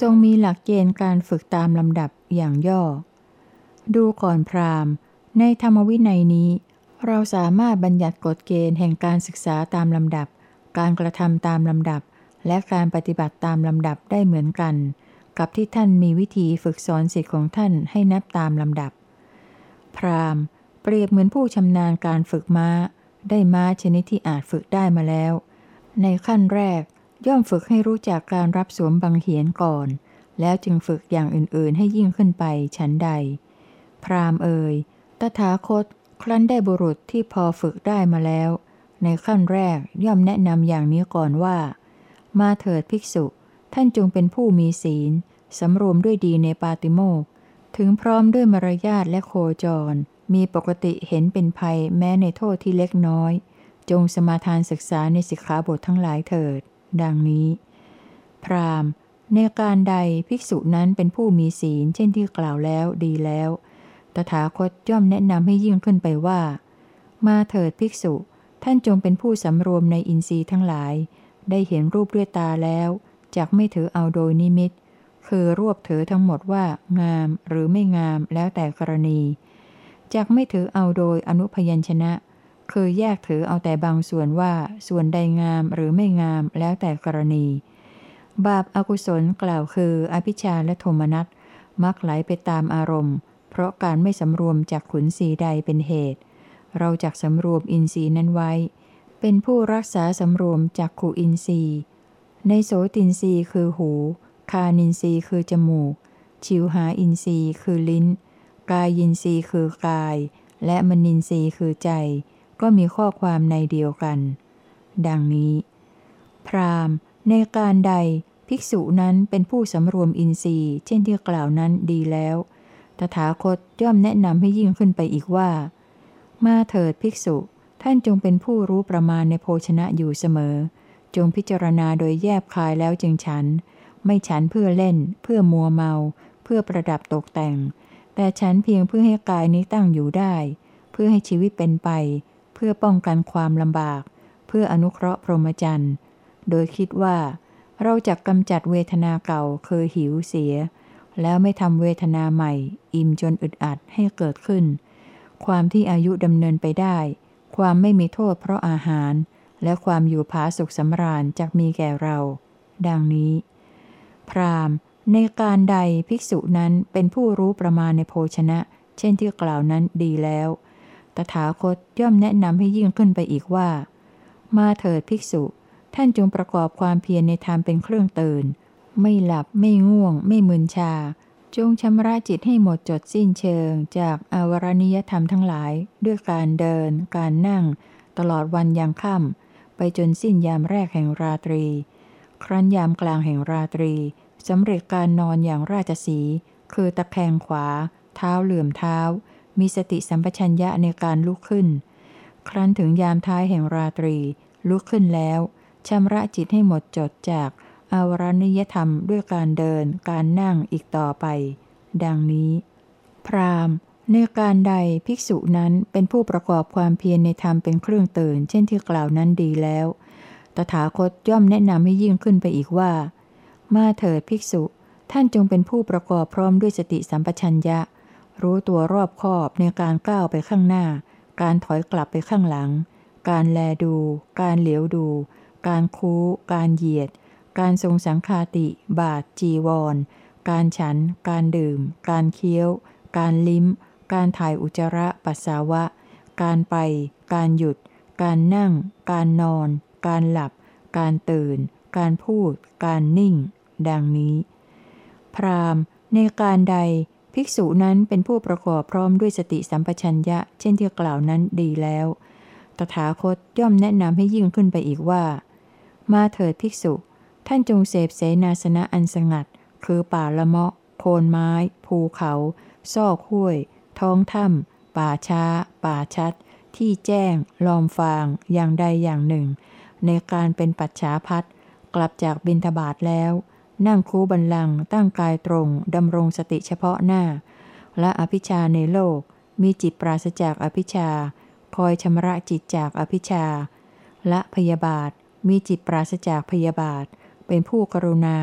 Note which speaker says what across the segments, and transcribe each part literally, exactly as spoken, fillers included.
Speaker 1: ทรงมีหลักเกณฑ์การฝึกตามลำดับอย่างย่อดูก่อนพราหมณ์ในธรรมวินัยนี้เราสามารถบัญญัติกฎเกณฑ์แห่งการศึกษาตามลำดับการกระทำตามลำดับและการปฏิบัติตามลำดับได้เหมือนกันกับที่ท่านมีวิธีฝึกสอนศิษย์ของท่านให้นับตามลำดับพราหมณ์เปรียบเหมือนผู้ชำนาญการฝึกม้าได้ม้าชนิดที่อาจฝึกได้มาแล้วในขั้นแรกย่อมฝึกให้รู้จักการรับสวมบังเหียนก่อนแล้วจึงฝึกอย่างอื่นๆให้ยิ่งขึ้นไปฉันใดพราหมณ์เอ่ยตถาคตครั้นได้บุรุษที่พอฝึกได้มาแล้วในขั้นแรกย่อมแนะนำอย่างนี้ก่อนว่ามาเถิดภิกษุท่านจงเป็นผู้มีศีลสำรวมด้วยดีในปาติโมกข์ถึงพร้อมด้วยมารยาทและโคจรมีปกติเห็นเป็นภัยแม้ในโทษที่เล็กน้อยจงสมาทานศึกษาในสิกขาบททั้งหลายเถิดดังนี้พราหมณ์ในการใดภิกษุนั้นเป็นผู้มีศีลเช่นที่กล่าวแล้วดีแล้วตถาคตย่อมแนะนำให้ยิ่งขึ้นไปว่ามาเถิดภิกษุท่านจงเป็นผู้สำรวมในอินทรีย์ทั้งหลายได้เห็นรูปด้วยตาแล้วจักไม่ถือเอาโดยนิมิตคือรวบถือทั้งหมดว่างามหรือไม่งามแล้วแต่กรณีจักไม่ถือเอาโดยอนุพยัญชนะคือแยกถือเอาแต่บางส่วนว่าส่วนใดงามหรือไม่งามแล้วแต่กรณีบาปอกุศลกล่าวคืออภิชฌาและโทมนัสมักไหลไปตามอารมณ์เพราะการไม่สำรวมจากขุนศีใดเป็นเหตุเราจักสำรวมอินทรีย์นั้นไว้เป็นผู้รักษาสำรวมจากขุอินทรีย์ในโสตินทรีย์คือหูคานินทรีย์คือจมูกชิวหาอินทรีย์คือลิ้นกายินทรีย์คือกายและมนินทรีย์คือใจก็มีข้อความในเดียวกันดังนี้พราหมณ์ในการใดภิกษุนั้นเป็นผู้สำรวมอินทรีย์เช่นที่กล่าวนั้นดีแล้วตถาคตย่อมแนะนำให้ยิ่งขึ้นไปอีกว่ามาเถิดภิกษุท่านจงเป็นผู้รู้ประมาณในโภชนะอยู่เสมอจงพิจารณาโดยแยบคายแล้วจึงฉันไม่ฉันเพื่อเล่นเพื่อมัวเมาเพื่อประดับตกแต่งแต่ฉันเพียงเพื่อให้กายนี้ตั้งอยู่ได้เพื่อให้ชีวิตเป็นไปเพื่อป้องกันความลำบากเพื่ออนุเคราะห์พรหมจรรย์โดยคิดว่าเราจะกำจัดเวทนาเก่าคือหิวเสียแล้วไม่ทำเวทนาใหม่อิ่มจนอึดอัดให้เกิดขึ้นความที่อายุดำเนินไปได้ความไม่มีโทษเพราะอาหารและความอยู่ผาสุขสำราญจักมีแก่เราดังนี้พราหมณ์ในการใดภิกษุนั้นเป็นผู้รู้ประมาณในโภชนะเช่นที่กล่าวนั้นดีแล้วตถาคตย่อมแนะนำให้ยิ่งขึ้นไปอีกว่ามาเถิดภิกษุท่านจงประกอบความเพียรในธรรมเป็นเครื่องตื่นไม่หลับไม่ง่วงไม่มึนชาจงชำระจิตให้หมดจดสิ้นเชิงจากอวรณียธรรมทั้งหลายด้วยการเดินการนั่งตลอดวันยังค่ำไปจนสิ้นยามแรกแห่งราตรีครั้นยามกลางแห่งราตรีสำเร็จการนอนอย่างราชสีห์คือตะแคงขวาเท้าเหลื่อมเท้ามีสติสัมปชัญญะในการลุกขึ้นครั้นถึงยามท้ายแห่งราตรีลุกขึ้นแล้วชำระจิตให้หมดจดจากอาวรณียธรรมด้วยการเดินการนั่งอีกต่อไปดังนี้พราหมณ์ในการใดภิกษุนั้นเป็นผู้ประกอบความเพียรในธรรมเป็นเครื่องตื่นเช่นที่กล่าวนั้นดีแล้วตถาคตย่อมแนะนำให้ยิ่งขึ้นไปอีกว่ามาเถิดภิกษุท่านจงเป็นผู้ประกอบพร้อมด้วยสติสัมปชัญญะรู้ตัวรอบคอบในการก้าวไปข้างหน้าการถอยกลับไปข้างหลังการแลดูการเหลียวดูการคู้การเหยียดการทรงสังฆาติบาทจีวรการฉันการดื่มการเคี้ยวการลิ้มการถ่ายอุจจาระปัสสาวะการไปการหยุดการนั่งการนอนการหลับการตื่นการพูดการนิ่งดังนี้พราหมณ์ในการใดภิกษุนั้นเป็นผู้ประกอบพร้อมด้วยสติสัมปชัญญะเช่นที่กล่าวนั้นดีแล้วตถาคตย่อมแนะนำให้ยิ่งขึ้นไปอีกว่ามาเถิดภิกษุท่านจงเสพเสนาสนะอันสงัดคือป่าละเมาะโคนไม้ภูเขาซอกห้วยท้องถ้ำป่าช้าป่าชัดที่แจ้งลอมฟางอย่างใดอย่างหนึ่งในการเป็นปัจฉาพัดกลับจากบิณฑบาตแล้วนั่งคูบัลลังก์ตั้งกายตรงดำรงสติเฉพาะหน้าและอภิชาในโลกมีจิตปราศจากอภิชาคอยชำระจิตจากอภิชาและพยาบาทมีจิตปราศจากพยาบาทเป็นผู้กรุณา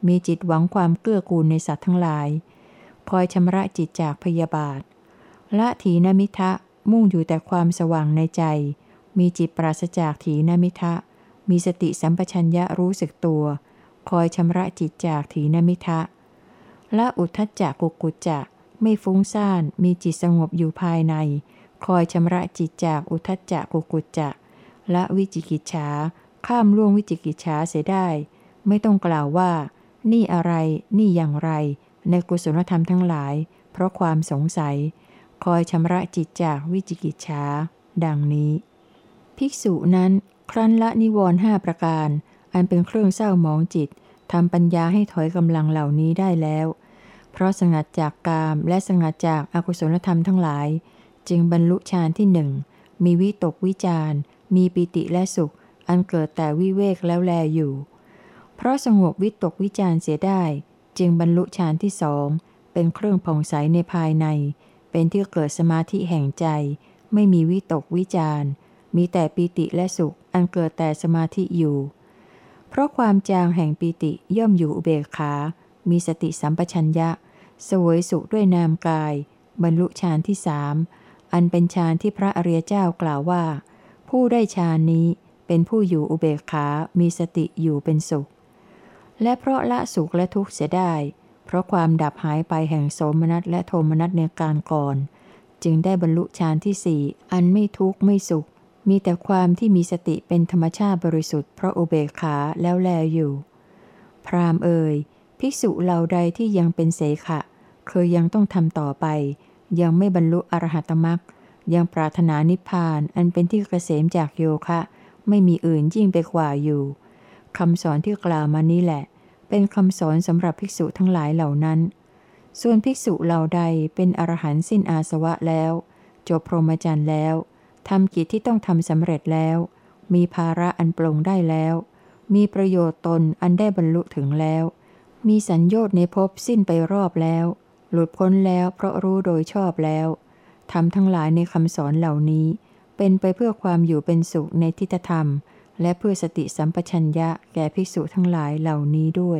Speaker 1: มีจิตหวังความเกื้อกูลในสัตว์ทั้งหลายคอยชำระจิตจากพยาบาทละถีนมิทะมุ่งอยู่แต่ความสว่างในใจมีจิตปราศจากถีนมิทะมีสติสัมปชัญญะรู้สึกตัวคอยชำระจิตจากถีนมิทะละอุทธัจจะกุกุจจะไม่ฟุ้งซ่านมีจิตสงบอยู่ภายในคอยชำระจิตจากอุทธัจจะกุกุจจะละวิจิกิจฉาข้ามล่วงวิจิกิจฉาเสียได้ไม่ต้องกล่าวว่านี่อะไรนี่อย่างไรในกุศลธรรมทั้งหลายเพราะความสงสัยคอยชำระจิตจากวิจิกิจฉาดังนี้ภิกษุนั้นครั้นละนิวรณ์ห้าประการอันเป็นเครื่องเศร้าหมองจิตทำปัญญาให้ถอยกำลังเหล่านี้ได้แล้วเพราะสงัดจากกามและสงัดจากอกุศลธรรมทั้งหลายจึงบรรลุฌานที่หนึ่งมีวิตกวิจารมีปิติและสุขอันเกิดแต่วิเวกแล้วแลอยู่เพราะสงบวิตกวิจารเสียได้จึงบรรลุฌานที่สองเป็นเครื่องผ่องใสในภายในเป็นที่เกิดสมาธิแห่งใจไม่มีวิตกวิจารมีแต่ปิติและสุขอันเกิดแต่สมาธิอยู่เพราะความจางแห่งปิติย่อมอยู่อุเบกขามีสติสัมปชัญญะเสวยสุขด้วยนามกายบรรลุฌานที่สามอันเป็นฌานที่พระอริยเจ้ากล่าวว่าผู้ได้ฌานนี้เป็นผู้อยู่อุเบกขามีสติอยู่เป็นสุขและเพราะละสุขและทุกข์เสียได้เพราะความดับหายไปแห่งโสมนัสและโทมนัสในการก่อนจึงได้บรรลุฌานที่สี่อันไม่ทุกข์ไม่สุขมีแต่ความที่มีสติเป็นธรรมชาติบริสุทธิ์เพราะอุเบกขาแล้วแลอยู่พราหมณ์เอ่ยภิกษุเหล่าใดที่ยังเป็นเสขะคือยังต้องทำต่อไปยังไม่บรรลุอรหัตมรรคยังปรารถนานิพพานอันเป็นที่เกษมจากโยคะไม่มีอื่นยิ่งไปกว่าอยู่คำสอนที่กล่าวมานี้แหละเป็นคำสอนสำหรับภิกษุทั้งหลายเหล่านั้นส่วนภิกษุเหล่าใดเป็นอรหันต์สิ้นอาสวะแล้วจบพรหมจรรย์แล้วทำกิจที่ต้องทำสำเร็จแล้วมีภาระอันปลงได้แล้วมีประโยชน์ตนอันได้บรรลุถึงแล้วมีสัญโยชน์ในภพสิ้นไปรอบแล้วหลุดพ้นแล้วเพราะรู้โดยชอบแล้วทำทั้งหลายในคำสอนเหล่านี้เป็นไปเพื่อความอยู่เป็นสุขในทิฏฐธรรมและเพื่อสติสัมปชัญญะแก่ภิกษุทั้งหลายเหล่านี้ด้วย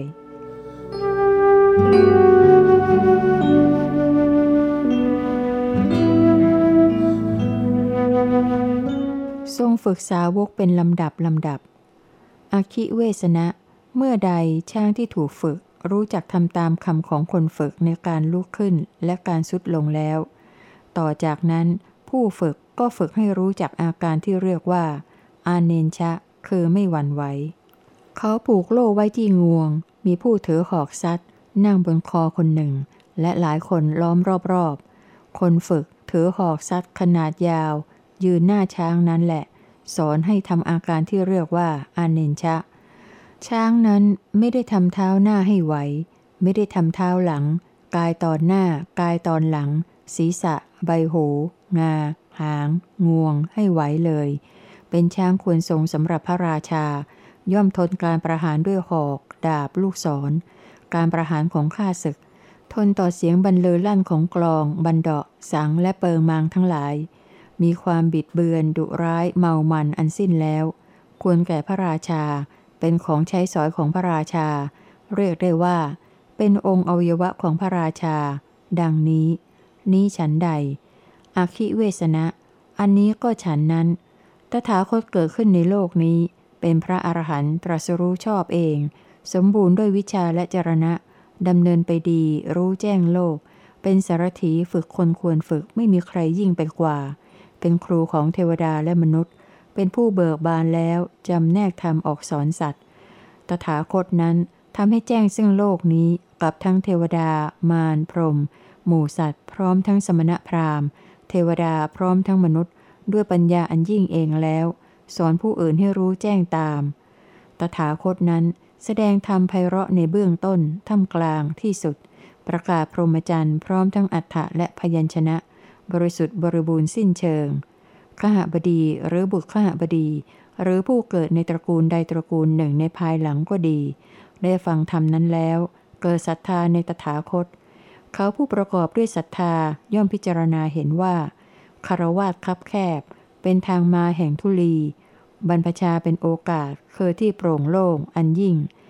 Speaker 1: ทรงฝึกสาวกเป็นลำดับลำดับอคิเวสนะเมื่อใดช้างที่ถูกฝึกรู้จักทำตามคำของคนฝึกในการลุกขึ้นและการทรุดลงแล้วต่อจากนั้นผู้ฝึกก็ฝึกให้รู้จักอาการที่เรียกว่าอาเนชะคือไม่หวั่นไหวเขาผูกโล่ไว้ที่งวงมีผู้ถือหอกซัดนั่งบนคอคนหนึ่งและหลายคนล้อมรอบๆคนฝึกถือหอกซัดขนาดยาวยืนหน้าช้างนั้นแหละสอนให้ทำอาการที่เรียกว่าอาเนชะช้างนั้นไม่ได้ทำเท้าหน้าให้ไหวไม่ได้ทำเท้าหลังกายตอนหน้ากายตอนหลังศีรษะใบหูงาหางงวงให้ไหวเลยเป็นช้างควรทรงสำหรับพระราชาย่อมทนการประหารด้วยหอกดาบลูกศรการประหารของข้าศึกทนต่อเสียงบรรลือลั่นของกลองบันเดาะสังและเปิงมางทั้งหลายมีความบิดเบือนดุร้ายเมามันอันสิ้นแล้วควรแก่พระราชาเป็นของใช้สอยของพระราชาเรียกได้ว่าเป็นองค์อวัยวะของพระราชาดังนี้นี้ฉันใดอคิเวสนะอันนี้ก็ฉันนั้นตถาคตเกิดขึ้นในโลกนี้เป็นพระอรหันต์ตรัสรู้ชอบเองสมบูรณ์ด้วยวิชาและจรณะดำเนินไปดีรู้แจ้งโลกเป็นสารถีฝึกคนควรฝึกไม่มีใครยิ่งไปกว่าเป็นครูของเทวดาและมนุษย์เป็นผู้เบิกบานแล้วจำแนกธรรมออกสอนสัตว์ตถาคตนั้นทำให้แจ้งซึ่งโลกนี้กับทั้งเทวดามารพรหมหมู่สัตว์พร้อมทั้งสมณพราหมณ์เทวดาพร้อมทั้งมนุษย์ด้วยปัญญาอันยิ่งเองแล้วสอนผู้อื่นให้รู้แจ้งตามตถาคตนั้นแสดงธรรมไพเราะในเบื้องต้นท่ามกลางที่สุดประกาศพรหมจรรย์พร้อมทั้งอัฏฐะและพยัญชนะบริสุทธิ์บริบูรณ์สิ้นเชิงขหบดีหรือบุตรขหบดีหรือผู้เกิดในตระกูลใดตระกูลหนึ่งในภายหลังก็ดีได้ฟังธรรมนั้นแล้วเกิดศรัทธาในตถาคตเขาผู้ประกอบด้วยศรัทธาย่อมพิจารณาเห็นว่าคฤหัสถ์คับแคบเป็นทางมาแห่งทุลีบรรพชาเป็นโอกาสคือที่โปร่งโล่งอันยิ่ง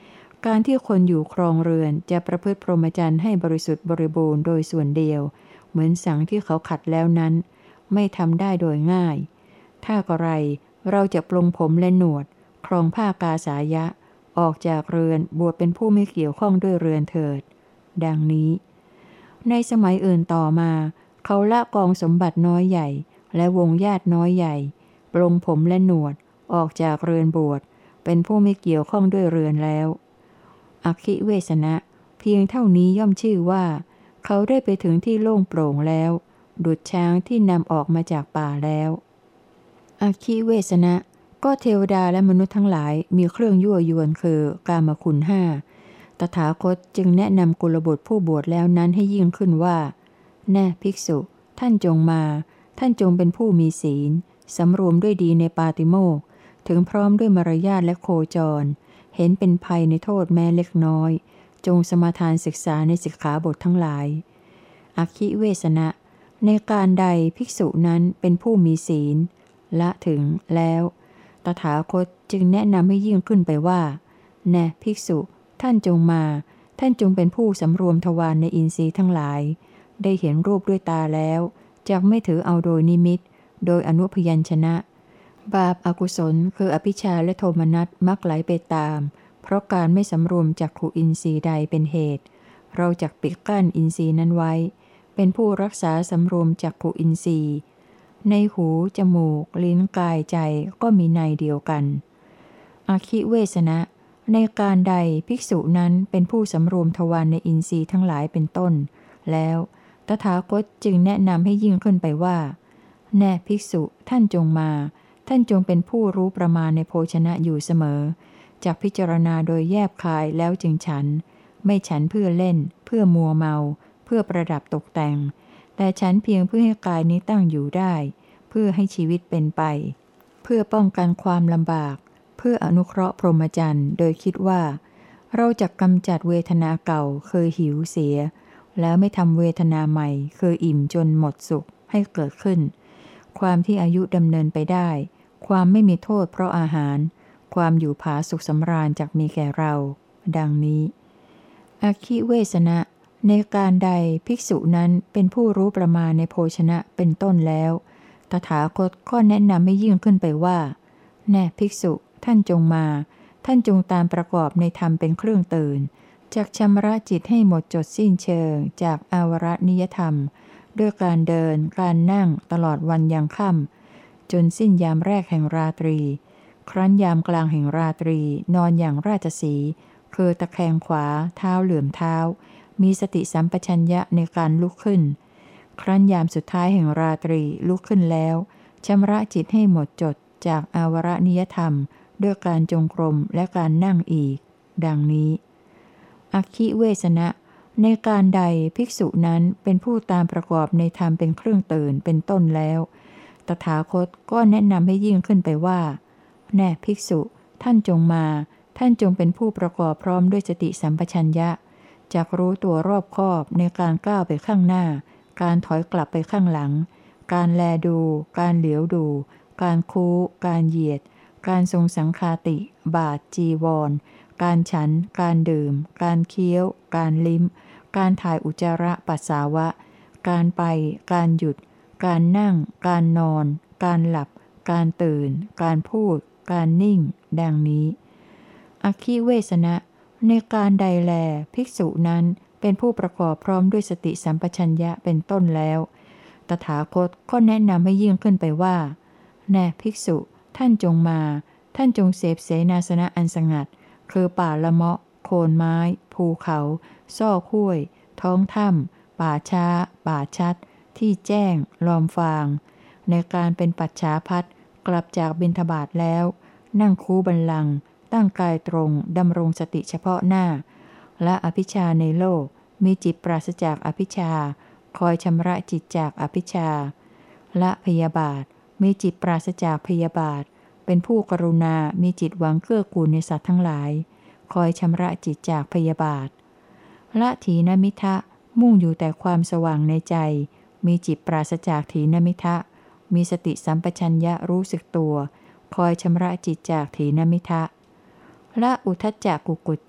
Speaker 1: การที่คนอยู่ครองเรือนจะประพฤติพรหมจรรย์ให้บริสุทธิ์บริบูรณ์โดยส่วนเดียวเหมือนสังที่เขาขัดแล้วนั้นไม่ทำได้โดยง่ายถ้ากระไรเราจะปลงผมและหนวดครองผ้ากาสายะออกจากเรือนบวชเป็นผู้ไม่เกี่ยวข้องด้วยเรือนเถิดดังนี้ในสมัยอื่นต่อมาเขาละกองสมบัติน้อยใหญ่และวงญาติน้อยใหญ่ปลงผมและหนวดออกจากเรือนบวชเป็นผู้ไม่เกี่ยวข้องด้วยเรือนแล้วอคิเวสนะเพียงเท่านี้ย่อมชื่อว่าเขาได้ไปถึงที่โล่งโปร่งแล้วดุจช้างที่นำออกมาจากป่าแล้วอคิเวสนะก็เทวดาและมนุษย์ทั้งหลายมีเครื่องยั่วยวนคือกามคุณห้าตถาคตจึงแนะนำกุลบุตรผู้บวชแล้วนั้นให้ยิ่งขึ้นว่าแน่ภิกษุท่านจงมาท่านจงเป็นผู้มีศีลสำรวมด้วยดีในปาติโมกข์ถึงพร้อมด้วยมารยาทและโคจรเห็นเป็นภัยในโทษแม้เล็กน้อยจงสมาทานศึกษาในสิกขาบททั้งหลายอคิเวสนะในการใดภิกษุนั้นเป็นผู้มีศีลละถึงแล้วตถาคตจึงแนะนำให้ยิ่งขึ้นไปว่าแน่ภิกษุท่านจงมาท่านจงเป็นผู้สำรวมทวารในอินทรีย์ทั้งหลายได้เห็นรูปด้วยตาแล้วจักไม่ถือเอาโดยนิมิตโดยอนุพยัญชนะบาปอากุศลคืออภิชฌาและโทมนัสมักไหลไปตามเพราะการไม่สำรวมจักขุอินทรีย์ใดเป็นเหตุเราจักปิดกั้นอินทรีย์นั้นไว้เป็นผู้รักษาสำรวมจักขุอินทรีย์ในหูจมูกลิ้นกายใจก็มีในเดียวกันอคิเวสนะในการใดภิกษุนั้นเป็นผู้สำรวมทวารในอินทรีย์ทั้งหลายเป็นต้นแล้วตถาคตจึงแนะนำให้ยิ่งขึ้นไปว่าแน่ภิกษุท่านจงมาท่านจงเป็นผู้รู้ประมาณในโภชนะอยู่เสมอจากพิจารณาโดยแยบคายแล้วจึงฉันไม่ฉันเพื่อเล่นเพื่อมัวเมาเพื่อประดับตกแต่งแต่ฉันเพียงเพื่อให้กายนี้ตั้งอยู่ได้เพื่อให้ชีวิตเป็นไปเพื่อป้องกันความลำบากเพื่ออนุเคราะห์พรหมจรรย์โดยคิดว่าเราจะกำจัดเวทนาเก่าเคยหิวเสียแล้วไม่ทำเวทนาใหม่เคยอิ่มจนหมดสุขให้เกิดขึ้นความที่อายุดำเนินไปได้ความไม่มีโทษเพราะอาหารความอยู่ผาสุขสำราญจากมีแก่เราดังนี้อคิเวสนะในการใดภิกษุนั้นเป็นผู้รู้ประมาณในโภชนะเป็นต้นแล้วตถาคตก็แนะนำให้ยิ่งขึ้นไปว่าแน่ภิกษุท่านจงมาท่านจงตามประกอบในธรรมเป็นเครื่องตื่นจากชำระจิตให้หมดจดสิ้นเชิงจากอาวรนิยธรรมด้วยการเดินการนั่งตลอดวันยังค่ำจนสิ้นยามแรกแห่งราตรีครั้นยามกลางแห่งราตรีนอนอย่างราชสีห์คือตะแคงขวาเท้าเหลื่อมเท้ามีสติสัมปชัญญะในการลุกขึ้นครั้นยามสุดท้ายแห่งราตรีลุกขึ้นแล้วชำระจิตให้หมดจดจากอาวรนิยธรรมด้วยการจงกรมและการนั่งอีกดังนี้อคิเวสนะในการใดภิกษุนั้นเป็นผู้ตามประกอบในธรรมเป็นเครื่องตื่นเป็นต้นแล้วตถาคตก็แนะนำให้ยิ่งขึ้นไปว่าแน่ภิกษุท่านจงมาท่านจงเป็นผู้ประกอบพร้อมด้วยสติสัมปชัญญะจักรู้ตัวรอบคอบในการก้าวไปข้างหน้าการถอยกลับไปข้างหลังการแลดูการเหลียวดูการคู้การเหยียดการทรงสังฆาติบาทจีวรการฉันการดื่มการเคี้ยวการลิ้มการถ่ายอุจจาระปัสสาวะการไปการหยุดการนั่งการนอนการหลับการตื่นการพูดการนิ่งดังนี้อคิเวสนะในการใดแลภิกษุนั้นเป็นผู้ประกอบพร้อมด้วยสติสัมปชัญญะเป็นต้นแล้วตถาคตก็แนะนำให้ยิ่งขึ้นไปว่าแน่ภิกษุท่านจงมาท่านจงเสพเสนาสนะอันสงัดคือป่าละเมาะโคนไม้ภูเขาซ่อห้วยท้องถ้ำป่าช้าป่าชัดที่แจ้งลอมฟางในการเป็นปัจฉาพัดกลับจากบิณฑบาตแล้วนั่งคูบัลลังก์ตั้งกายตรงดำรงสติเฉพาะหน้าและอภิชาในโลกมีจิตปราศจากอภิชาคอยชำระจิตจากอภิชาและพยาบาทมีจิตปราศจากพยาบาทเป็นผู้กรุณามีจิตหวังเกื้อกูลในสัตว์ทั้งหลายคอยชำระจิตจากพยาบาทละถีนมิทะมุ่งอยู่แต่ความสว่างในใจมีจิตปราศจากถีนมิทะมีสติสัมปชัญญะรู้สึกตัวคอยชำระจิตจากถีนมิทะละอุทธัจจะกุกุจจะ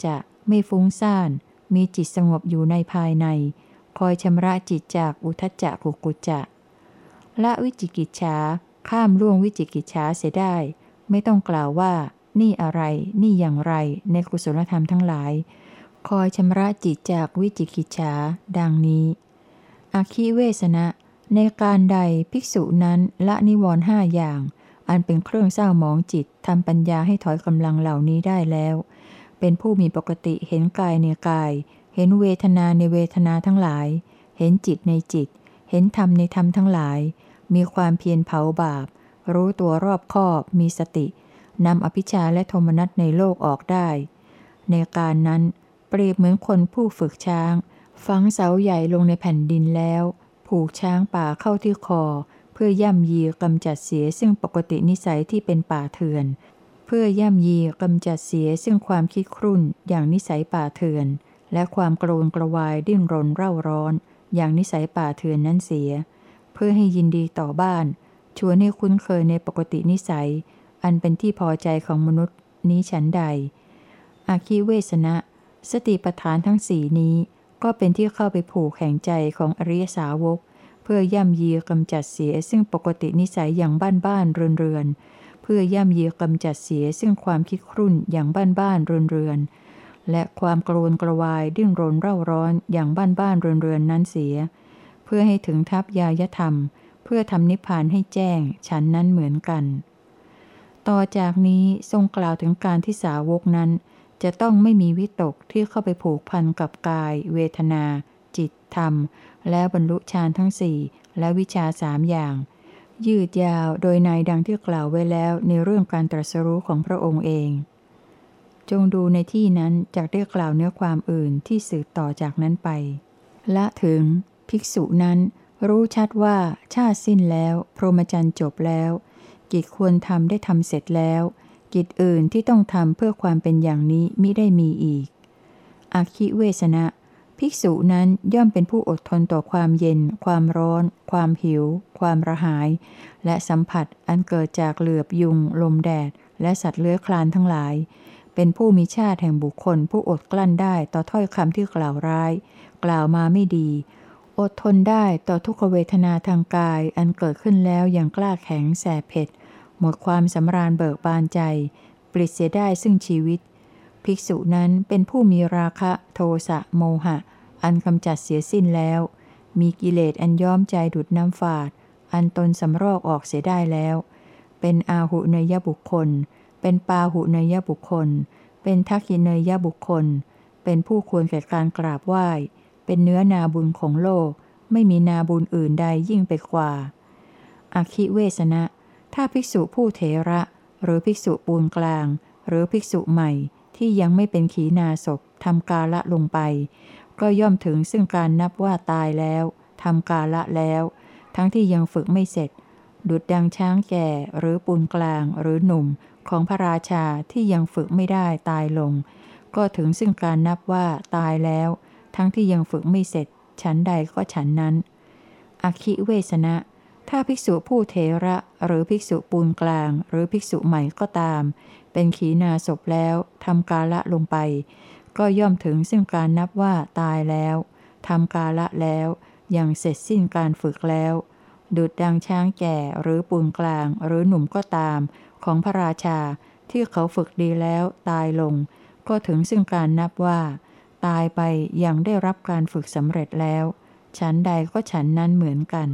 Speaker 1: ไม่ฟุ้งซ่านมีจิตสงบอยู่ในภายในคอยชำระจิตจากอุทธัจจะกุกุจจะละวิจิกิจฉาข้ามล่วงวิจิกิจฉาเสียได้ไม่ต้องกล่าวว่านี่อะไรนี่อย่างไรในกุศลธรรมทั้งหลายคอยชำระจิตจากวิจิกิจฉาดังนี้อคิเวสนะในการใดภิกษุนั้นละนิวรณ์ห้าอย่างอันเป็นเครื่องเศร้าหมองจิตทำปัญญาให้ถอยกำลังเหล่านี้ได้แล้วเป็นผู้มีปกติเห็นกายในกายเห็นเวทนาในเวทนาทั้งหลายเห็นจิตในจิตเห็นธรรมในธรรมทั้งหลายมีความเพียรเผาบาปรู้ตัวรอบคอบมีสตินำอภิชฌาและโทมนัสในโลกออกได้ในการนั้นเปรียบเหมือนคนผู้ฝึกช้างฝังเสาใหญ่ลงในแผ่นดินแล้วผูกช้างป่าเข้าที่คอเพื่อย่ำยีกำจัดเสียซึ่งปกตินิสัยที่เป็นป่าเถื่อนเพื่อย่ำยีกำจัดเสียซึ่งความคิดครุ่นอย่างนิสัยป่าเถื่อนและความโกรนกระวายดิ้นรนเร่าร้อนอย่างนิสัยป่าเถื่อนนั้นเสียเพื่อให้ยินดีต่อบ้านชวนให้คุ้นเคยในปกตินิสัยอันเป็นที่พอใจของมนุษย์นี้ฉันใดอาคิเวสนะสติปัฏฐานทั้งสี่นี้ก็เป็นที่เข้าไปผูกแห่งใจของอริยสาวกเพื่อย่ำยีกำจัดเสียซึ่งปกตินิสัยอย่างบ้านบ้านเรือนเรือนเพื่อย่ำยีกำจัดเสียซึ่งความคิดครุ่นอย่างบ้านบ้านเรือนเรือนและความโกรนกระวายดิ้นรนเร่าร้อนอย่างบ้านบ้านเรือนเรือนนั้นเสียเพื่อให้ถึงทัพยายธรรมเพื่อทำนิพพานให้แจ้งฉันนั้นเหมือนกันต่อจากนี้ทรงกล่าวถึงการที่สาวกนั้นจะต้องไม่มีวิตกที่เข้าไปผูกพันกับกายเวทนาจิตธรรมแล้วบรรลุฌานทั้งสี่และวิชาสามอย่างยืดยาวโดยในดังที่กล่าวไว้แล้วในเรื่องการตรัสรู้ของพระองค์เองจงดูในที่นั้นจากได้กล่าวเนื้อความอื่นที่สืบต่อจากนั้นไปละถึงภิกษุนั้นรู้ชัดว่าชาติสิ้นแล้วพรหมจรรย์จบแล้วกิจควรทำได้ทำเสร็จแล้วกิจอื่นที่ต้องทำเพื่อความเป็นอย่างนี้มิได้มีอีกอคิเวสนะภิกษุนั้นย่อมเป็นผู้อดทนต่อความเย็นความร้อนความหิวความระหายและสัมผัสอันเกิดจากเหลือบยุงลมแดดและสัตว์เลื้อยคลานทั้งหลายเป็นผู้มีชาติแห่งบุคคลผู้อดกลั้นได้ต่อถ้อยคำที่กล่าวร้ายกล่าวมาไม่ดีอดทนได้ต่อทุกขเวทนาทางกายอันเกิดขึ้นแล้วอย่างกล้าแข็งแสบเผ็ดหมดความสำราญเบิกบานใจปลิดเสียได้ซึ่งชีวิตภิกษุนั้นเป็นผู้มีราคะโทสะโมหะอันกำจัดเสียสิ้นแล้วมีกิเลสอันย้อมใจดุจน้ำฝาดอันตนสำรอกออกเสียได้แล้วเป็นอาหุเนยบุคคลเป็นปาหุเนยบุคคลเป็นทักขิเนยบุคคลเป็นผู้ควรแก่การกราบไหว้เป็นเนื้อนาบุญของโลกไม่มีนาบุญอื่นใดยิ่งไปกว่าอคิเวสนะถ้าภิกษุผู้เถระหรือภิกษุปูนกลางหรือภิกษุใหม่ที่ยังไม่เป็นขีณาสพทำกาละลงไปก็ย่อมถึงซึ่งการนับว่าตายแล้วทำกาละแล้วทั้งที่ยังฝึกไม่เสร็จดุจดังช้างแก่หรือปูนกลางหรือหนุ่มของพระราชาที่ยังฝึกไม่ได้ตายลงก็ถึงซึ่งการนับว่าตายแล้วทั้งที่ยังฝึกไม่เสร็จฉันใดก็ฉันนั้นอคิเวสนะถ้าภิกษุผู้เถระหรือภิกษุปูนกลางหรือภิกษุใหม่ก็ตามเป็นขีณาสพแล้วทำกาละลงไปก็ย่อมถึงซึ่งการนับว่าตายแล้วทำกาละแล้วอย่างเสร็จสิ้นการฝึกแล้วดุจดังช้างแก่หรือปูนกลางหรือหนุ่มก็ตามของพระราชาที่เขาฝึกดีแล้วตายลงก็ถึงซึ่งการนับว่าตายไปอย่างได้รับการฝึกสำเร็จแล้วฉันใดก็ฉันนั้นเหมือนกัน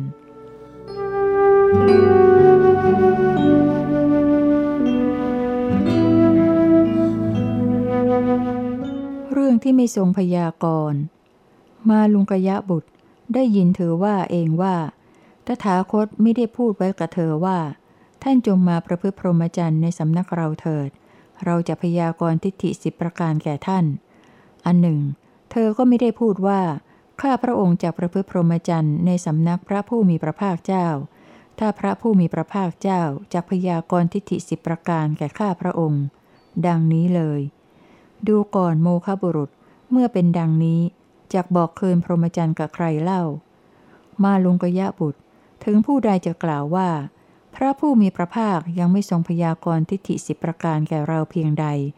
Speaker 1: เรื่องที่ไม่ทรงพยากรณ์มาลุงกยะบุตรได้ยินเธอว่าเองว่าตถาคตไม่ได้พูดไว้กับเธอว่าท่านจงมาประพฤติพรหมจรรย์ในสำนักเราเถิดเราจะพยากรณ์ทิฏฐิสิบประการแก่ท่านอันหนึ่งเธอก็ไม่ได้พูดว่าข้าพระองค์จะประพฤติพรหมจรรย์ในสำนักพระผู้มีพระภาคเจ้าถ้าพระผู้มีพระภาคเจ้าจะพยากรณ์ทิฏฐิสิบประการแก่ข้าพระองค์ดังนี้เลยดูก่อนโมฆะบุรุษเมื่อเป็นดังนี้จักบอกคืนพรหมจรรย์กับใครเล่ามาลุงกยะบุตรถึงผู้ใดจะกล่าวว่าพระผู้มีพระภาคยังไม่ทรงพยากรณ์ทิฏฐิสิบประการแก่เราเพียงใด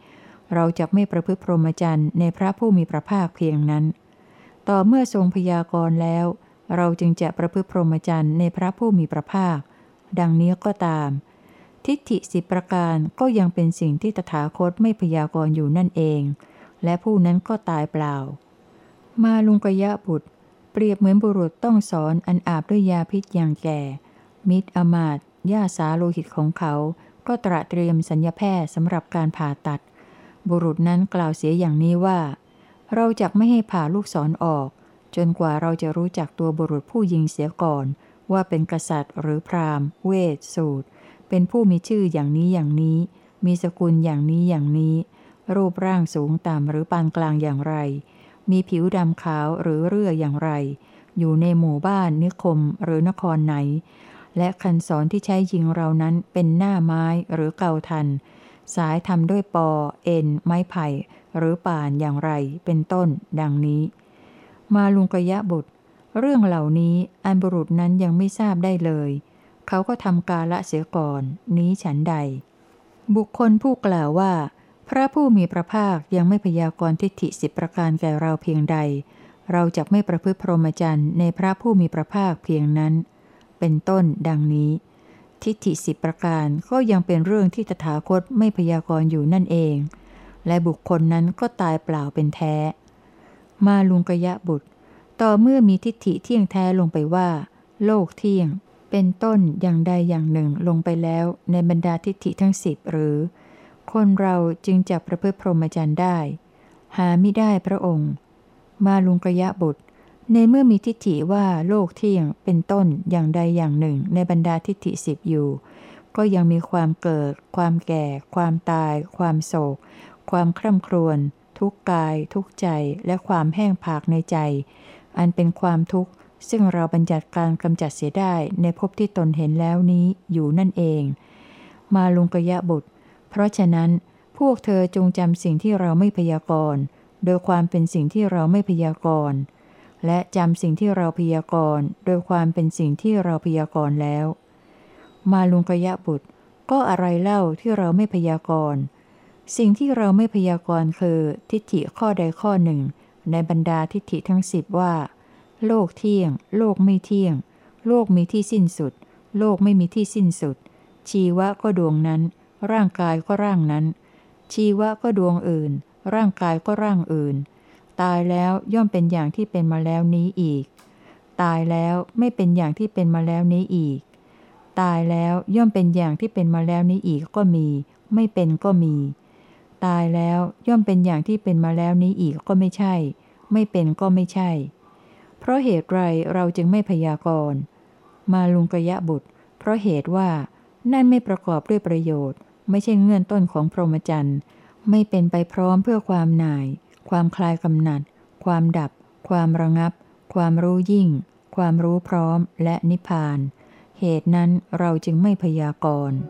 Speaker 1: เราจะไม่ประพฤติพรหมจรรย์ในพระผู้มีพระภาคเพียงนั้นต่อเมื่อทรงพยากรณ์แล้วเราจึงจะประพฤติพรหมจรรย์ในพระผู้มีพระภาคดังนี้ก็ตามทิฏฐิสิบประการก็ยังเป็นสิ่งที่ตถาคตไม่พยากรณ์อยู่นั่นเองและผู้นั้นก็ตายเปล่ามาลุงกยะบุตรเปรียบเหมือนบุรุษต้องสอนอันอาบด้วยยาพิษอย่างแก่มิตรอมาตย์ย่าสาโลหิตของเขาก็ตระเตรียมสัญญแพทย์สำหรับการผ่าตัดบุรุษนั้นกล่าวเสียอย่างนี้ว่าเราจักไม่ให้ผ่าลูกศรออกจนกว่าเราจะรู้จักตัวบุรุษผู้ยิงเสียก่อนว่าเป็นกษัตริย์หรือพราหมณ์เวทสูตรเป็นผู้มีชื่ออย่างนี้อย่างนี้มีสกุลอย่างนี้อย่างนี้รูปร่างสูงต่ำหรือปานกลางอย่างไรมีผิวดำขาวหรือเรื่ออย่างไรอยู่ในหมู่บ้านนิคมหรือนครไหนและคันศรที่ใช้ยิงเรานั้นเป็นหน้าไม้หรือเกาทันสายทำด้วยปอเอ็นไม้ไผ่หรือป่านอย่างไรเป็นต้นดังนี้มาลุงกยะบุตรเรื่องเหล่านี้อันบุรุษนั้นยังไม่ทราบได้เลยเขาก็ทำกาละเสียก่อนนี้ฉันใดบุคคลผู้กล่าวว่าพระผู้มีพระภาคยังไม่พยากรณ์ทิฏฐิสิบประการแก่เราเพียงใดเราจะไม่ประพฤติพรหมจรรย์ในพระผู้มีพระภาคเพียงนั้นเป็นต้นดังนี้ทิฏฐิสิบประการก็ยังเป็นเรื่องที่ตถาคตไม่พยากรณ์อยู่นั่นเองและบุคคลนั้นก็ตายเปล่าเป็นแท้มาลุงกยะบุตรต่อเมื่อมีทิฏฐิเที่ยงแท้ลงไปว่าโลกเที่ยงเป็นต้นอย่างใดอย่างหนึ่งลงไปแล้วในบรรดาทิฏฐิทั้งสิบหรือคนเราจึงจะประพฤติพรหมจรรย์ได้หามิได้พระองค์มาลุงกยะบุตรในเมื่อมีทิฏฐิว่าโลกเที่ยงเป็นต้นอย่างใดอย่างหนึ่งในบรรดาทิฏฐิสิบอยู่ก็ยังมีความเกิดความแก่ความตายความโศกความคร่ำครวญทุกข์กายทุกข์ใจและความแห้งผากในใจอันเป็นความทุกข์ซึ่งเราบัญญัติการกำจัดเสียได้ในภพที่ตนเห็นแล้วนี้อยู่นั่นเองมาลุงกยะบุตรเพราะฉะนั้นพวกเธอจงจำสิ่งที่เราไม่พยากรณ์โดยความเป็นสิ่งที่เราไม่พยากรณ์และจำสิ่งที่เราพยากรณ์โดยความเป็นสิ่งที่เราพยากรณ์แล้วมาลุงกยะบุตรก็อะไรเล่าที่เราไม่พยากรณ์สิ่งที่เราไม่พยากรณ์คือทิฏฐิข้อใดข้อหนึ่งในบรรดาทิฏฐิทั้งสิบว่าโลกเที่ยงโลกไม่เที่ยงโลกมีที่สิ้นสุดโลกไม่มีที่สิ้นสุดชีวะก็ดวงนั้นร่างกายก็ร่างนั้นชีวะก็ดวงอื่นร่างกายก็ร่างอื่นตายแล้วย่อมเป็นอย่างที่เป็นมาแล้วนี้อีกตายแล้วไม่เป็นอย่างที่เป็นมาแล้วนี้อีกตายแล้วย่อมเป็นอย่างที่เป็นมาแล้วนี้อีกก็มีไม่เป็นก็มีตายแล้วย่อมเป็นอย่างที่เป็นมาแล้วนี้อีกก็ไม่ใช่ไม่เป็นก็ไม่ใช่เพราะเหตุไรเราจึงไม่พยากรณ์มาลุงกยะบุตรเพราะเหตุว่านั่นไม่ประกอบด้วยประโยชน์ไม่ใช่เงื่อนต้นของพรหมจรรย์ไม่เป็นไปพร้อมเพื่อความหน่ายความคลายกำหนัดความดับความระงับความรู้ยิ่งความรู้พร้อมและนิพพานเหตุนั้นเราจึงไม่พยากรณ์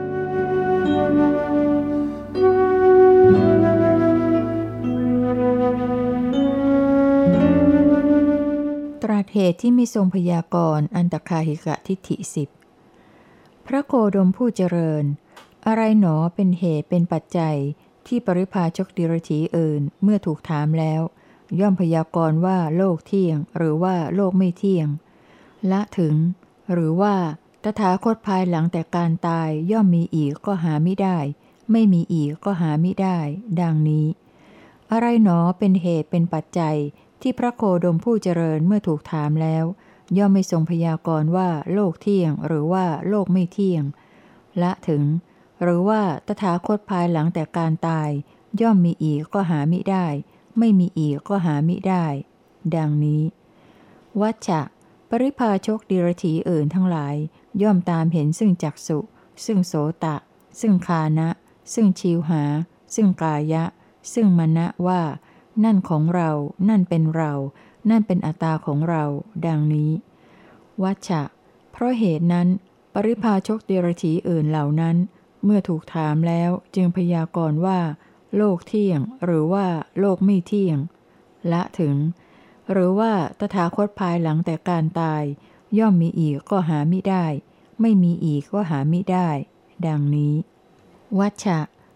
Speaker 1: ตรัสเหตุที่ไม่ทรงพยากรณ์อันตคาหิกะทิฏฐิสิบพระโคดมผู้เจริญอะไรหนอเป็นเหตุเป็นปัจจัยที่ปริพาชกดิรถีอื่นเมื่อถูกถามแล้วย่อมพยากรณ์ว่าโลกเที่ยงหรือว่าโลกไม่เที่ยงละถึงหรือว่าตถาคตภายหลังแต่การตายย่อมมีอีกก็หาไม่ได้ไม่มีอีกก็หาไม่ได้ดังนี้อะไรหนอเป็นเหตุเป็นปัจจัยที่พระโคดมผู้เจริญเมื่อถูกถามแล้วย่อมไม่ทรงพยากรณ์ว่าโลกเที่ยงหรือว่าโลกไม่เที่ยงละถึงหรือว่าตถาคตภายหลังแต่การตายย่อมมีอีกก็หามิได้ไม่มีอีกก็หามิได้ดังนี้วัชชะปริพาชกดิรถีอื่นทั้งหลายย่อมตามเห็นซึ่งจักษุซึ่งโสตะซึ่งคานะซึ่งชิวหาซึ่งกายะซึ่งมนะว่านั่นของเรานั่นเป็นเรานั่นเป็นอัตตาของเราดังนี้วัชชะเพราะเหตุนั้นปริพาชกดิรถีอื่นเหล่านั้นเมื่อถูกถามแล้วจึงพยากรณ์ว่าโลกเที่ยงหรือว่าโลกไม่เที่ยงละถึงหรือว่าตถาคตภายหลังแต่การตายย่อมมีอีกก็หามิได้ไม่มีอีกก็หามิได้ดังนี้วัชชะ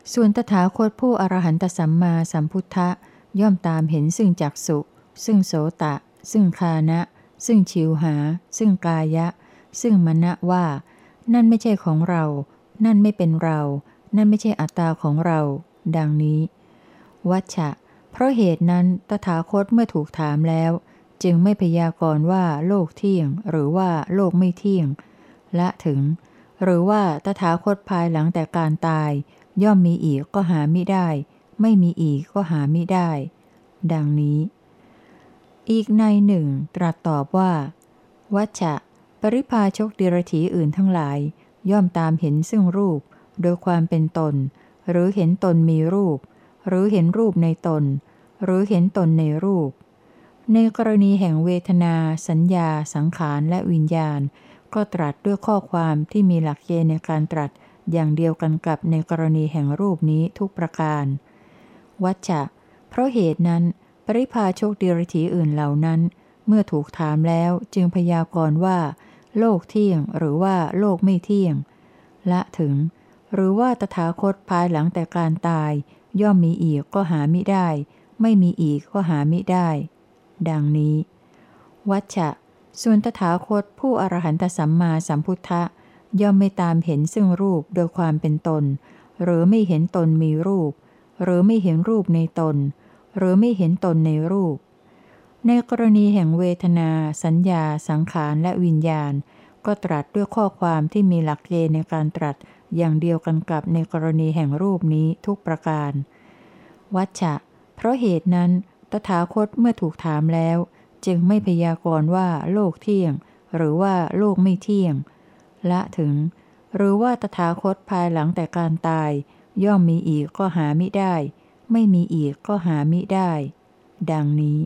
Speaker 1: ส่วนตถาคตผู้อรหันตสัมมาสัมพุทธะย่อมตามเห็นซึ่งจักษุซึ่งโสตะซึ่งคานะซึ่งชิวหาซึ่งกายะซึ่งมณะว่านั่นไม่ใช่ของเรานั่นไม่เป็นเรานั่นไม่ใช่อัตตาของเรา ดังนี้วัชชะเพราะเหตุนั้นตถาคตเมื่อถูกถามแล้วจึงไม่พยากรณ์ว่าโลกเที่ยงหรือว่าโลกไม่เที่ยงละถึงหรือว่าตถาคตภายหลังแต่การตายย่อมมีอีกก็หามิได้ไม่มีอีกก็หามิได้ดังนี้อีกในหนึ่งตรัสตอบว่าวัชชะปริพาชกเดรัจฉีอื่นทั้งหลายย่อมตามเห็นซึ่งรูปโดยความเป็นตนหรือเห็นตนมีรูปหรือเห็นรูปในตนหรือเห็นตนในรูปในกรณีแห่งเวทนาสัญญาสังขารและวิญญาณก็ตรัสด้วยข้อความที่มีหลักเกณฑ์ในการตรัสอย่างเดียวกันกับในกรณีแห่งรูปนี้ทุกประการวัชชะเพราะเหตุนั้นปริพาชกเดรัจฉีอื่นเหล่านั้นเมื่อถูกถามแล้วจึงพยากรณ์ว่าโลกเที่ยงหรือว่าโลกไม่เที่ยงละถึงหรือว่าตถาคตภายหลังแต่การตายย่อมมีอีกก็หามิได้ไม่มีอีกก็หามิได้ดังนี้วัชชะส่วนตถาคตผู้อรหันตสัมมาสัมพุทธะย่อมไม่ตามเห็นซึ่งรูปโดยความเป็นตนหรือไม่เห็นตนมีรูปหรือไม่เห็นรูปในตนหรือไม่เห็นตนในรูปในกรณีแห่งเวทนาสัญญาสังขารและวิญญาณก็ตรัสด้วยข้อความที่มีหลักเกณฑ์ในการตรัสอย่างเดียวกันกับในกรณีแห่งรูปนี้ทุกประการวัชชะเพราะเหตุนั้นตถาคตเมื่อถูกถามแล้วจึงไม่พยากรณ์ว่าโลกเที่ยงหรือว่าโลกไม่เที่ยงละถึงหรือว่าตถาคตภายหลังแต่การตายย่อมมีอีกก็หามิได้ไม่มีอีกก็หามิได้ดังนี้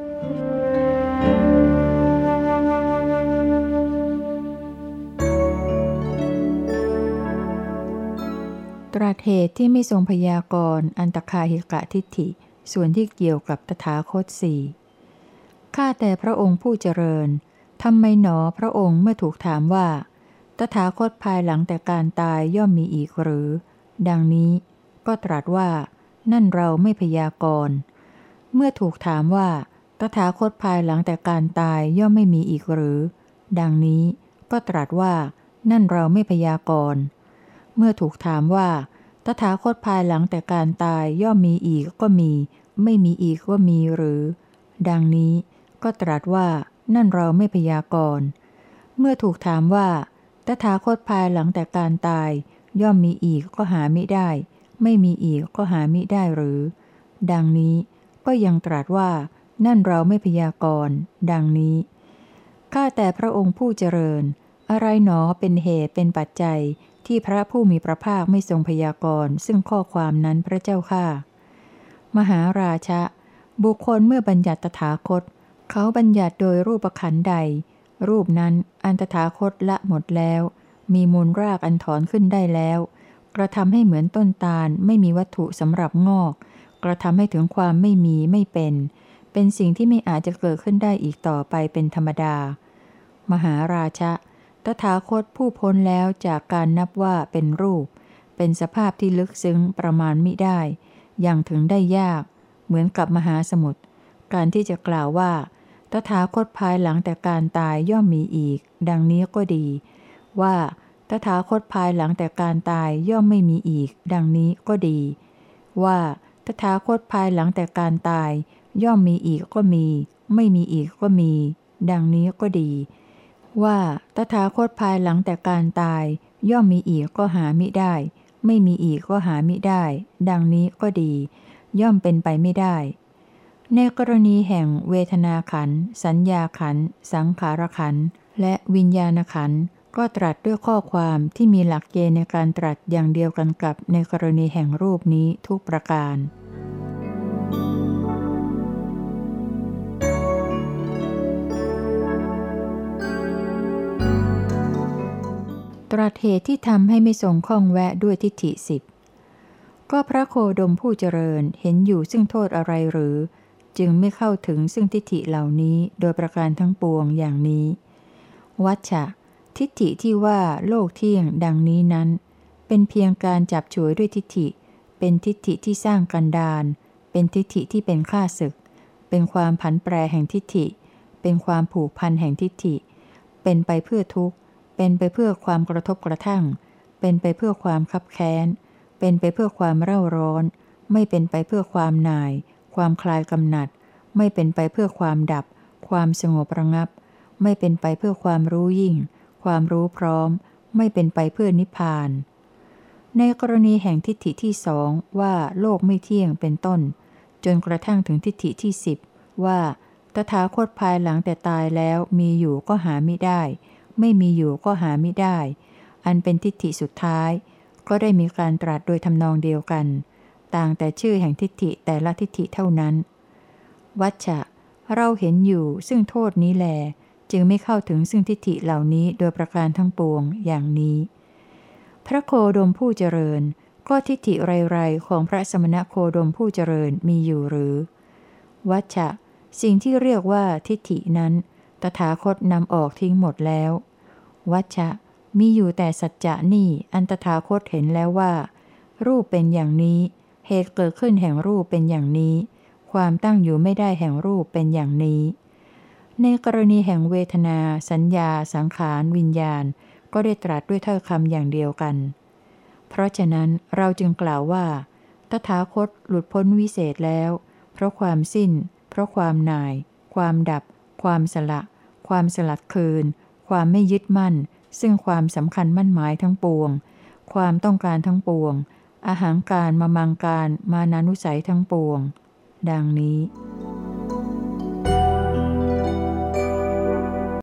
Speaker 1: ตรัสเหตุที่ไม่ทรงพยากรณ์อันตคาหิกะทิฏฐิส่วนที่เกี่ยวกับตถาคตสี่ข้าแต่พระองค์ผู้เจริญทำไมหนอพระองค์เมื่อถูกถามว่าตถาคตภายหลังแต่การตายย่อมมีอีกหรือดังนี้ก็ตรัสว่านั่นเราไม่พยากรณ์เมื่อถูกถามว่าตถาคตภายหลังแต่การตายย่อมไม่มีอีกหรือดังนี้ก็ตรัสว่านั่นเราไม่พยากรณ์เมื่อถูกถามว่าตถาคตภายหลังแต่การตายย่อมมีอีกก็มีไม่มีอีกก็มีหรือดังนี้ก็ตรัสว่านั่นเราไม่พยากรณ์เมื่อถูกถามว่าตถาคตภายหลังแต่การตายย่อมมีอีกก็หามิได้ไม่มีอีกก็หามิได้หรือดังนี้ก็ยังตรัสว่านั่นเราไม่พยากรณ์ดังนี้ข้าแต่พระองค์ผู้เจริญอะไรหนอเป็นเหตุเป็นปัจจัยที่พระผู้มีพระภาคไม่ทรงพยากรณ์ซึ่งข้อความนั้นพระเจ้าข้ามหาราชะบุคคลเมื่อบัญญัติตถาคตเขาบัญญัติโดยรูปขันธ์ใดรูปนั้นอันตถาคตละหมดแล้วมีมูลรากอันถอนขึ้นได้แล้วกระทำให้เหมือนต้นตาลไม่มีวัตถุสำหรับงอกกระทำให้ถึงความไม่มีไม่เป็นเป็นสิ่งที่ไม่อาจจะเกิดขึ้นได้อีกต่อไปเป็นธรรมดามหาราชะตถาคตผู้พ้นแล้วจากการนับว่าเป็นรูปเป็นสภาพที่ลึกซึ้งประมาณมิได้อย่างถึงได้ยากเหมือนกับมหาสมุทรการที่จะกล่าวว่าตถาคตภายหลังแต่การตายย่อมมีอีกดังนี้ก็ดีว่าตถาคตภายหลังแต่การตายย่อมไม่มีอีกดังนี้ก็ดีว่าตถาคตภายหลังแต่การตายย่อมมีอีกก็มีไม่มีอีกก็มีดังนี้ก็ดีว่าตถาคตภายหลังแต่การตายย่อมมีอีกก็หามิได้ไม่มีอีกก็หามิได้ดังนี้ก็ดีย่อมเป็นไปไม่ได้ในกรณีแห่งเวทนาขันธ์สัญญาขันธ์สังขารขันธ์และวิญญาณขันธ์ก็ตรัสด้วยข้อความที่มีหลักเกณฑ์ในการตรัสอย่างเดียวกันกับในกรณีแห่งรูปนี้ทุกประการตรัสเหตุที่ทำให้ไม่ทรงข้องแวะด้วยทิฏฐิสิบก็พระโคดมผู้เจริญเห็นอยู่ซึ่งโทษอะไรหรือจึงไม่เข้าถึงซึ่งทิฏฐิเหล่านี้โดยประการทั้งปวงอย่างนี้วัชชะทิฏฐิที่ว่าโลกเที่ยงดังนี้นั้นเป็นเพียงการจับฉวยด้วยทิฏฐิเป็นทิฏฐิที่สร้างกันดารเป็นทิฏฐิที่เป็นข้าศึกเป็นความผันแปรแห่งทิฏฐิเป็นความผูกพันแห่งทิฏฐิเป็นไปเพื่อทุกข์เป็นไปเพื่อความกระทบกระทั่งเป็นไปเพื่อความคับแค้นเป็นไปเพื่อความเร่าร้อนไม่เป็นไปเพื่อความหน่ายความคลายกำหนัดไม่เป็นไปเพื่อความดับความสงบระงับไม่เป็นไปเพื่อความรู้ยิ่งความรู้พร้อมไม่เป็นไปเพื่อนิพพานในกรณีแห่งทิฏฐิที่สองว่าโลกไม่เที่ยงเป็นต้นจนกระทั่งถึงทิฏฐิที่สิบว่าตถาคตภายหลังแต่ตายแล้วมีอยู่ก็หาไม่ได้ไม่มีอยู่ก็หาไม่ได้อันเป็นทิฏฐิสุดท้ายก็ได้มีการตรัสโดยทำนองเดียวกันต่างแต่ชื่อแห่งทิฏฐิแต่ละทิฏฐิเท่านั้นวัชชะเราเห็นอยู่ซึ่งโทษนี้แลจึงไม่เข้าถึงซึ่งทิฏฐิเหล่านี้โดยประการทั้งปวงอย่างนี้พระโคดมผู้เจริญก็ทิฏฐิไรๆของพระสมณโคดมผู้เจริญมีอยู่หรือวัชชะสิ่งที่เรียกว่าทิฏฐินั้นตถาคตนำออกทิ้งหมดแล้ววัชชะมีอยู่แต่สัจจะนี่อันตถาคตเห็นแล้วว่ารูปเป็นอย่างนี้เหตุเกิดขึ้นแห่งรูปเป็นอย่างนี้ความตั้งอยู่ไม่ได้แห่งรูปเป็นอย่างนี้ในกรณีแห่งเวทนาสัญญาสังขารวิญญาณก็ได้ตรัสด้วยถ้อยคำอย่างเดียวกันเพราะฉะนั้นเราจึงกล่าวว่าตถาคตหลุดพ้นวิเศษแล้วเพราะความสิ้นเพราะความหน่ายความดับความสละความสลัดคืนความไม่ยึดมั่นซึ่งความสำคัญมั่นหมายทั้งปวงความต้องการทั้งปวงอหังการมมังการมานานุสัยทั้งปวงดังนี้